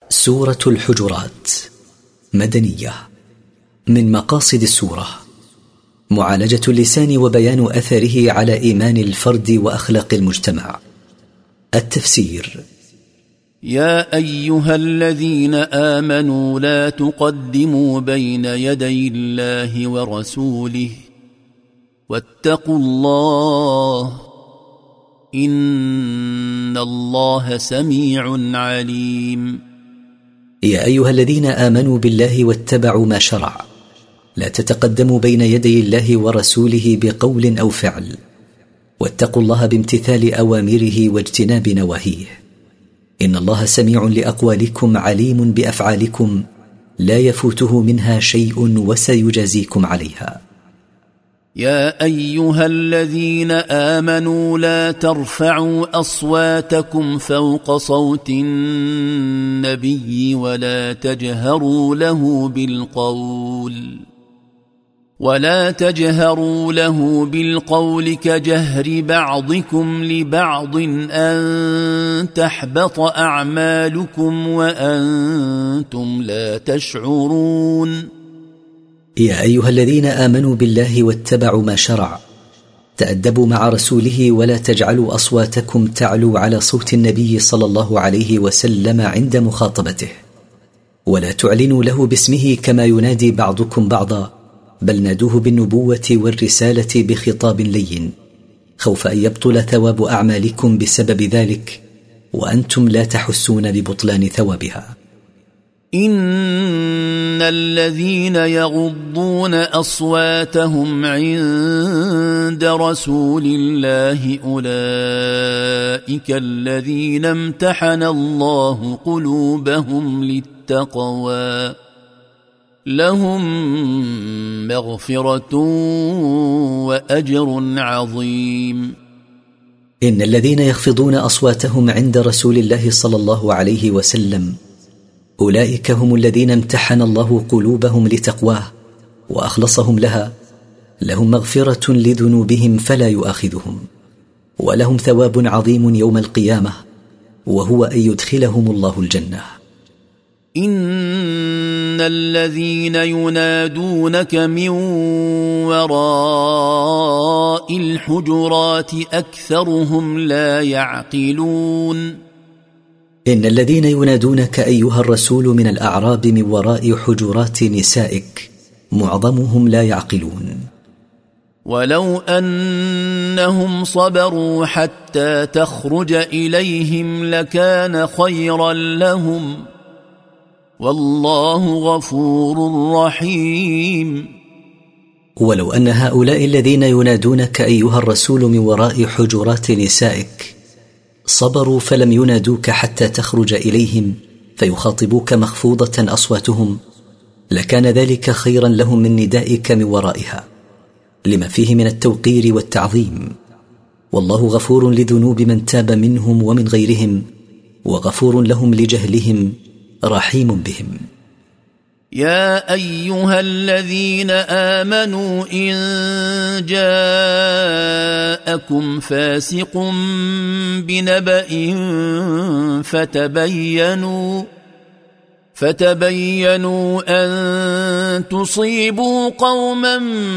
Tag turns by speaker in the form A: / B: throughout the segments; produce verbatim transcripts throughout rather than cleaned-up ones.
A: سورة الحجرات مدنية. من مقاصد السورة معالجة اللسان وبيان أثره على إيمان الفرد وأخلاق المجتمع. التفسير:
B: يا أيها الذين آمنوا لا تقدموا بين يدي الله ورسوله واتقوا الله إن الله سميع عليم.
A: يا أيها الذين آمنوا بالله واتبعوا ما شرع، لا تتقدموا بين يدي الله ورسوله بقول أو فعل، واتقوا الله بامتثال أوامره واجتناب نواهيه. إن الله سميع لأقوالكم عليم بأفعالكم، لا يفوته منها شيء وسيجازيكم عليها.
B: يا أيها الذين آمنوا لا ترفعوا أصواتكم فوق صوت النبي ولا تجهروا له بالقول ولا تجهروا له بالقول كجهر بعضكم لبعض أن تحبط أعمالكم وأنتم لا تشعرون.
A: يا أيها الذين آمنوا بالله واتبعوا ما شرع، تأدبوا مع رسوله ولا تجعلوا أصواتكم تعلو على صوت النبي صلى الله عليه وسلم عند مخاطبته، ولا تعلنوا له باسمه كما ينادي بعضكم بعضا، بل نادوه بالنبوة والرسالة بخطاب لين، خوف أن يبطل ثواب أعمالكم بسبب ذلك وأنتم لا تحسون ببطلان ثوابها.
B: إن الذين يغضون أصواتهم عند رسول الله أولئك الذين امتحن الله قلوبهم للتقوى لهم مغفرة وأجر عظيم.
A: إن الذين يخفضون أصواتهم عند رسول الله صلى الله عليه وسلم أولئك هم الذين امتحن الله قلوبهم لتقواه وأخلصهم لها، لهم مغفرة لذنوبهم فلا يؤاخذهم، ولهم ثواب عظيم يوم القيامة وهو أن يدخلهم الله الجنة.
B: إن الذين ينادونك من وراء الحجرات أكثرهم لا يعقلون.
A: إن الذين ينادونك أيها الرسول من الأعراب من وراء حجرات نسائك معظمهم لا يعقلون.
B: ولو أنهم صبروا حتى تخرج إليهم لكان خيرا لهم والله غفور رحيم.
A: ولو أن هؤلاء الذين ينادونك أيها الرسول من وراء حجرات نسائك صبروا فلم ينادوك حتى تخرج إليهم فيخاطبوك مخفوضة أصواتهم، لكان ذلك خيرا لهم من ندائك من ورائها لما فيه من التوقير والتعظيم. والله غفور لذنوب من تاب منهم ومن غيرهم، وغفور لهم لجهلهم، رحيم بهم.
B: يا أيها الذين آمنوا إن جاءكم فاسق بنبأ فتبينوا فتبينوا أن تصيبوا قوما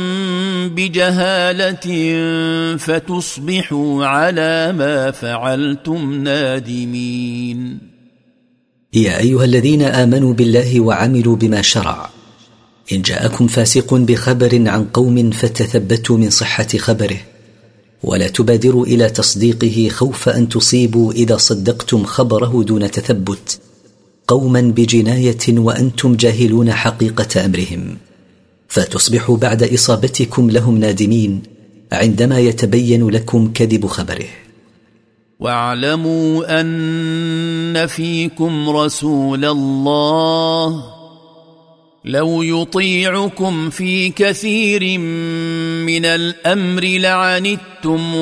B: بجهالة فتصبحوا على ما فعلتم نادمين.
A: يا أيها الذين آمنوا بالله وعملوا بما شرع، إن جاءكم فاسق بخبر عن قوم فتثبتوا من صحة خبره، ولا تبادروا إلى تصديقه خوف أن تصيبوا إذا صدقتم خبره دون تثبت قوما بجناية وأنتم جاهلون حقيقة أمرهم، فتصبحوا بعد إصابتكم لهم نادمين عندما يتبين لكم كذب خبره.
B: واعلموا أن فيكم رسول الله لو يطيعكم في كثير من الأمر لعنتم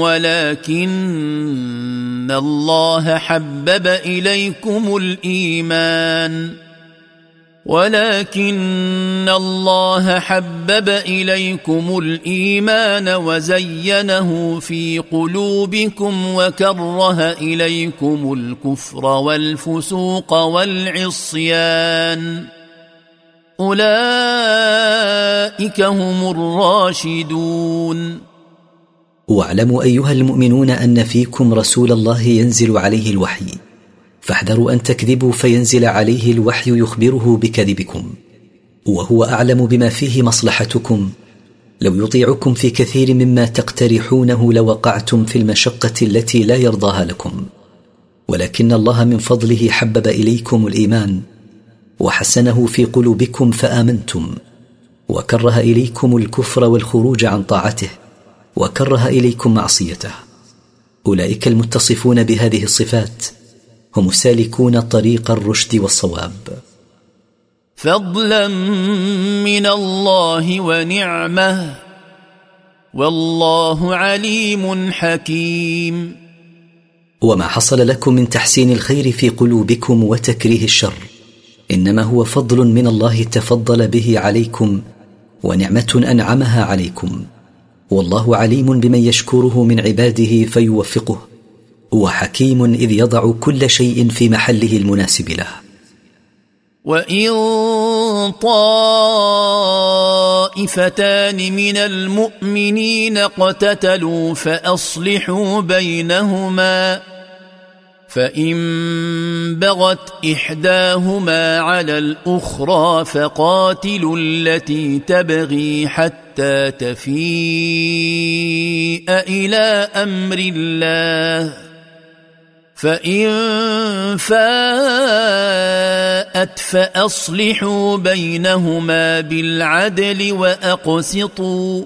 B: ولكن الله حبب إليكم الإيمان ولكن الله حبب إليكم الإيمان وزينه في قلوبكم وكره إليكم الكفر والفسوق والعصيان أولئك هم الراشدون.
A: واعلموا أيها المؤمنون أن فيكم رسول الله ينزل عليه الوحي، فاحذروا أن تكذبوا فينزل عليه الوحي يخبره بكذبكم، وهو أعلم بما فيه مصلحتكم. لو يطيعكم في كثير مما تقترحونه لوقعتم في المشقة التي لا يرضاها لكم، ولكن الله من فضله حبب إليكم الإيمان وحسنه في قلوبكم فآمنتم، وكره إليكم الكفر والخروج عن طاعته، وكره إليكم معصيته. أولئك المتصفون بهذه الصفات هم السالكون طريق الرشد والصواب.
B: فضلا من الله ونعمه والله عليم حكيم.
A: وما حصل لكم من تحسين الخير في قلوبكم وتكريه الشر إنما هو فضل من الله تفضل به عليكم ونعمة أنعمها عليكم، والله عليم بمن يشكره من عباده فيوفقه، وحكيم إذ يضع كل شيء في محله المناسب له.
B: وإن طائفتان من المؤمنين اقتتلوا فأصلحوا بينهما، فإن بغت إحداهما على الأخرى فقاتلوا التي تبغي حتى تفيء إلى أمر الله، فإن فاءت فأصلحوا بينهما بالعدل وأقسطوا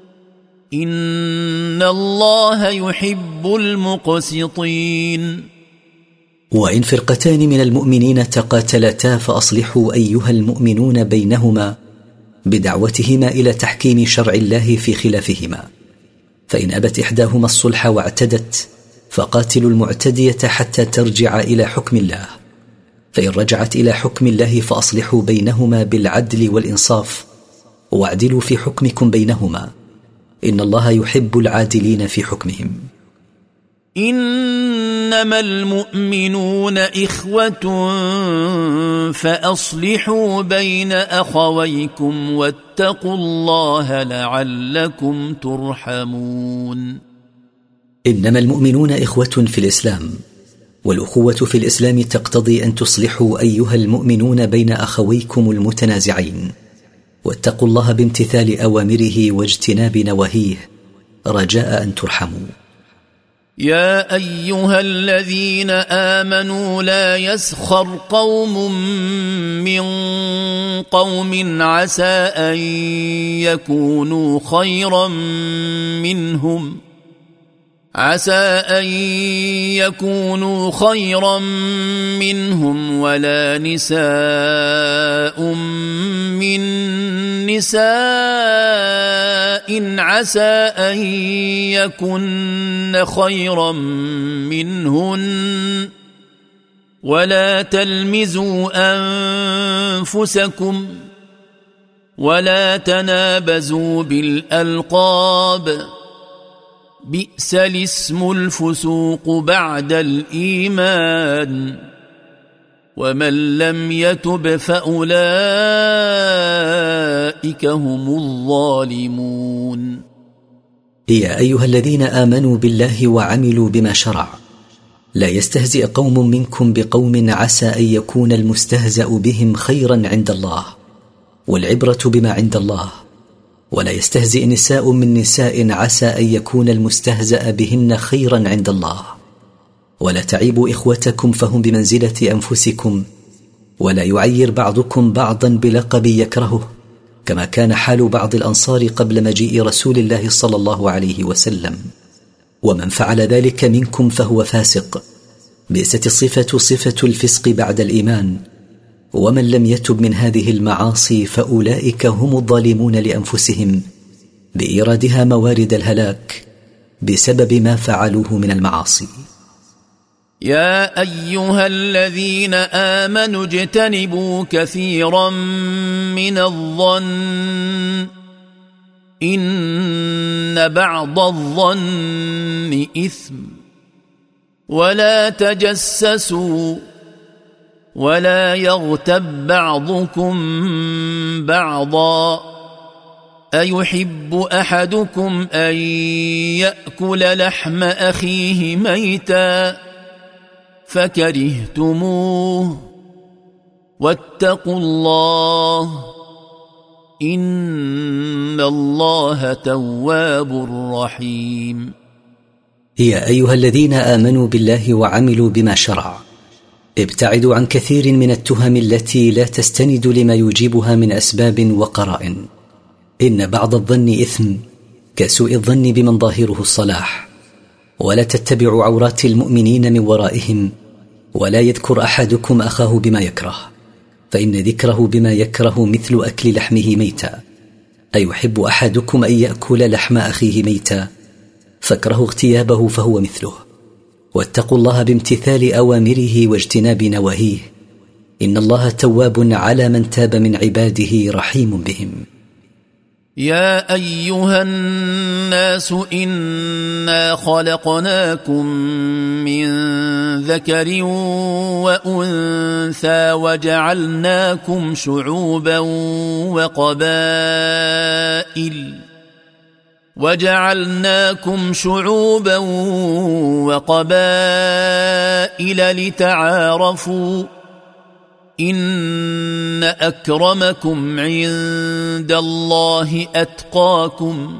B: إن الله يحب المقسطين.
A: وإن فرقتان من المؤمنين تقاتلتا فأصلحوا أيها المؤمنون بينهما بدعوتهما إلى تحكيم شرع الله في خلافهما، فإن أبت إحداهما الصلح واعتدت فقاتلوا المعتدية حتى ترجع إلى حكم الله، فإن رجعت إلى حكم الله فأصلحوا بينهما بالعدل والإنصاف واعدلوا في حكمكم بينهما إن الله يحب العادلين في حكمهم.
B: إنما المؤمنون إخوة فأصلحوا بين أخويكم واتقوا الله لعلكم ترحمون.
A: إنما المؤمنون إخوة في الإسلام، والأخوة في الإسلام تقتضي أن تصلحوا أيها المؤمنون بين أخويكم المتنازعين، واتقوا الله بامتثال أوامره واجتناب نواهيه رجاء أن ترحموا.
B: يا أيها الذين آمنوا لا يسخر قوم من قوم عسى أن يكونوا خيرا منهم عسى أن يكونوا خيرا منهم ولا نساء من نساء عسى أن يكن خيرا منهن ولا تلمزوا أنفسكم ولا تنابزوا بالألقاب بئس الاسم الفسوق بعد الإيمان ومن لم يتب فأولئك هم الظالمون.
A: يا أيها الذين آمنوا بالله وعملوا بما شرع، لا يستهزئ قوم منكم بقوم عسى أن يكون المستهزأ بهم خيرا عند الله، والعبرة بما عند الله، ولا يستهزئ نساء من نساء عسى أن يكون المستهزأ بهن خيرا عند الله، ولا تعيبوا إخوتكم فهم بمنزلة أنفسكم، ولا يعير بعضكم بعضا بلقب يكرهه، كما كان حال بعض الأنصار قبل مجيء رسول الله صلى الله عليه وسلم، ومن فعل ذلك منكم فهو فاسق. بئست الصفة صفة الفسق بعد الإيمان، ومن لم يتب من هذه المعاصي فأولئك هم الظالمون لأنفسهم بإيرادها موارد الهلاك بسبب ما فعلوه من المعاصي.
B: يا أيها الذين آمنوا اجتنبوا كثيرا من الظن إن بعض الظن إثم ولا تجسسوا ولا يغتب بعضكم بعضا أيحب أحدكم أن يأكل لحم أخيه ميتا فكرهتموه واتقوا الله إن الله تواب رحيم.
A: يا أيها الذين آمنوا بالله وعملوا بما شرع ابتعدوا عن كثير من التهم التي لا تستند لما يجيبها من أسباب وقرائن. إن بعض الظن إثم كسوء الظن بمن ظاهره الصلاح. ولا تتبعوا عورات المؤمنين من ورائهم ولا يذكر أحدكم أخاه بما يكره فإن ذكره بما يكره مثل أكل لحمه ميتا. أيحب أحدكم أن يأكل لحم أخيه ميتا فاكره اغتيابه فهو مثله. واتقوا الله بامتثال أوامره واجتناب نواهيه إن الله تواب على من تاب من عباده رحيم بهم.
B: يا أيها الناس إنا خلقناكم من ذكر وأنثى وجعلناكم شعوبا وقبائل وجعلناكم شعوبا وقبائل لتعارفوا إن أكرمكم عند الله أتقاكم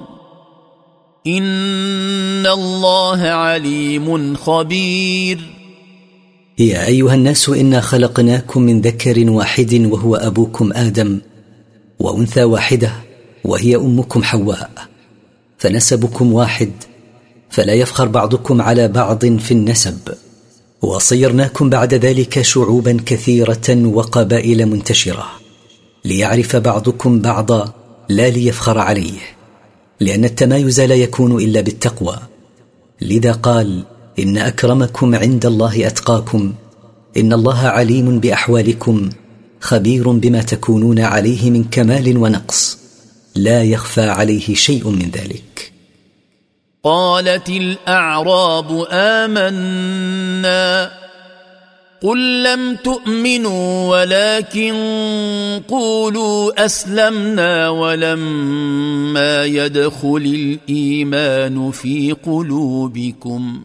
B: إن الله عليم خبير.
A: يا أيها الناس إنا خلقناكم من ذكر واحد وهو أبوكم آدم وأنثى واحدة وهي أمكم حواء فنسبكم واحد فلا يفخر بعضكم على بعض في النسب. وصيرناكم بعد ذلك شعوبا كثيرة وقبائل منتشرة ليعرف بعضكم بعضا لا ليفخر عليه لأن التمايز لا يكون إلا بالتقوى. لذا قال إن أكرمكم عند الله أتقاكم إن الله عليم بأحوالكم خبير بما تكونون عليه من كمال ونقص لا يخفى عليه شيء من ذلك.
B: قالت الأعراب آمنا قل لم تؤمنوا ولكن قولوا أسلمنا ولما يدخل الإيمان في قلوبكم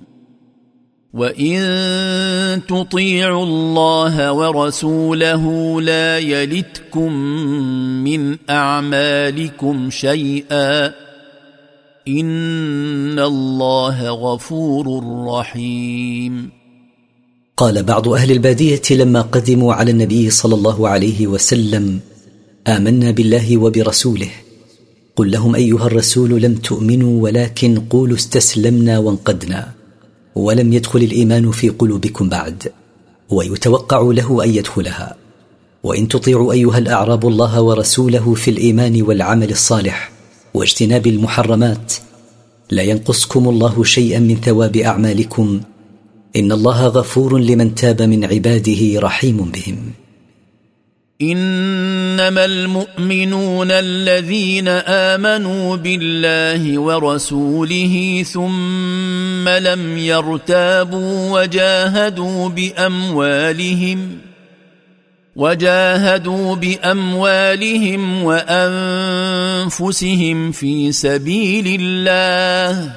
B: وإن تطيعوا الله ورسوله لا يلتكم من أعمالكم شيئا إن الله غفور رحيم.
A: قال بعض أهل البادية لما قدموا على النبي صلى الله عليه وسلم آمنا بالله وبرسوله قل لهم أيها الرسول لم تؤمنوا ولكن قولوا استسلمنا وانقدنا ولم يدخل الإيمان في قلوبكم بعد ويتوقع له أن يدخلها. وإن تطيعوا أيها الأعراب الله ورسوله في الإيمان والعمل الصالح واجتناب المحرمات لا ينقصكم الله شيئا من ثواب أعمالكم إن الله غفور لمن تاب من عباده رحيم بهم.
B: إنما المؤمنون الذين آمنوا بالله ورسوله ثم لم يرتابوا وجاهدوا بأموالهم وجاهدوا بأموالهم وأنفسهم في سبيل الله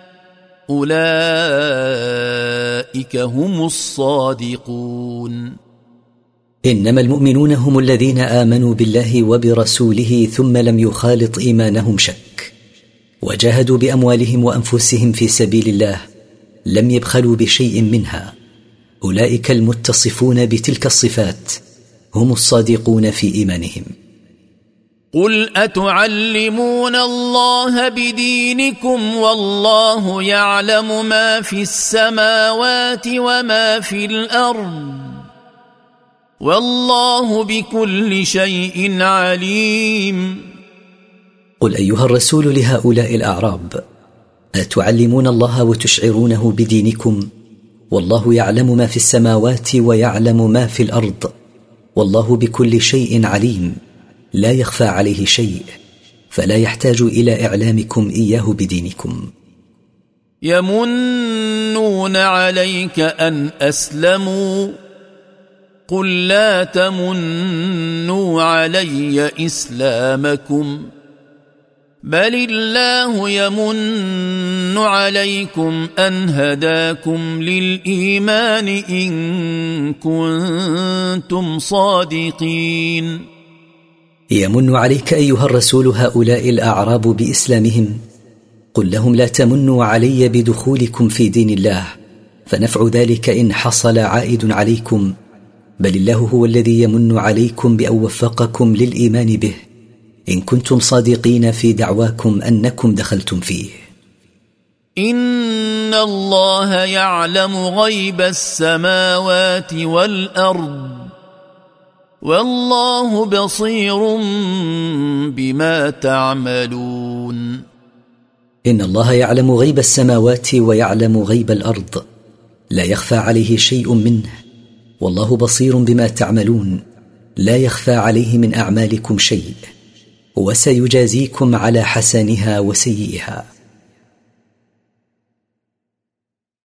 B: أولئك هم الصادقون.
A: إنما المؤمنون هم الذين آمنوا بالله وبرسوله ثم لم يخالط إيمانهم شك وجاهدوا بأموالهم وأنفسهم في سبيل الله لم يبخلوا بشيء منها أولئك المتصفون بتلك الصفات هم الصادقون في إيمانهم.
B: قل أتعلمون الله بدينكم والله يعلم ما في السماوات وما في الأرض والله بكل شيء عليم.
A: قل أيها الرسول لهؤلاء الأعراب أتعلمون الله وتشعرونه بدينكم والله يعلم ما في السماوات ويعلم ما في الأرض، والله بكل شيء عليم، لا يخفى عليه شيء، فلا يحتاج إلى إعلامكم إياه بدينكم.
B: يمنون عليك أن أسلموا قل لا تمنوا علي إسلامكم بل الله يمن عليكم أن هداكم للإيمان إن كنتم صادقين.
A: يمن عليك أيها الرسول هؤلاء الأعراب بإسلامهم، قل لهم لا تمنوا علي بدخولكم في دين الله، فنفع ذلك إن حصل عائد عليكم، بل الله هو الذي يمن عليكم بأن وفقكم للإيمان به إن كنتم صادقين في دعواكم أنكم دخلتم فيه.
B: إن الله يعلم غيب السماوات والأرض والله بصير بما تعملون.
A: إن الله يعلم غيب السماوات ويعلم غيب الأرض، لا يخفى عليه شيء منه، والله بصير بما تعملون، لا يخفى عليه من أعمالكم شيء، وسيجازيكم على حسنها وسيئها.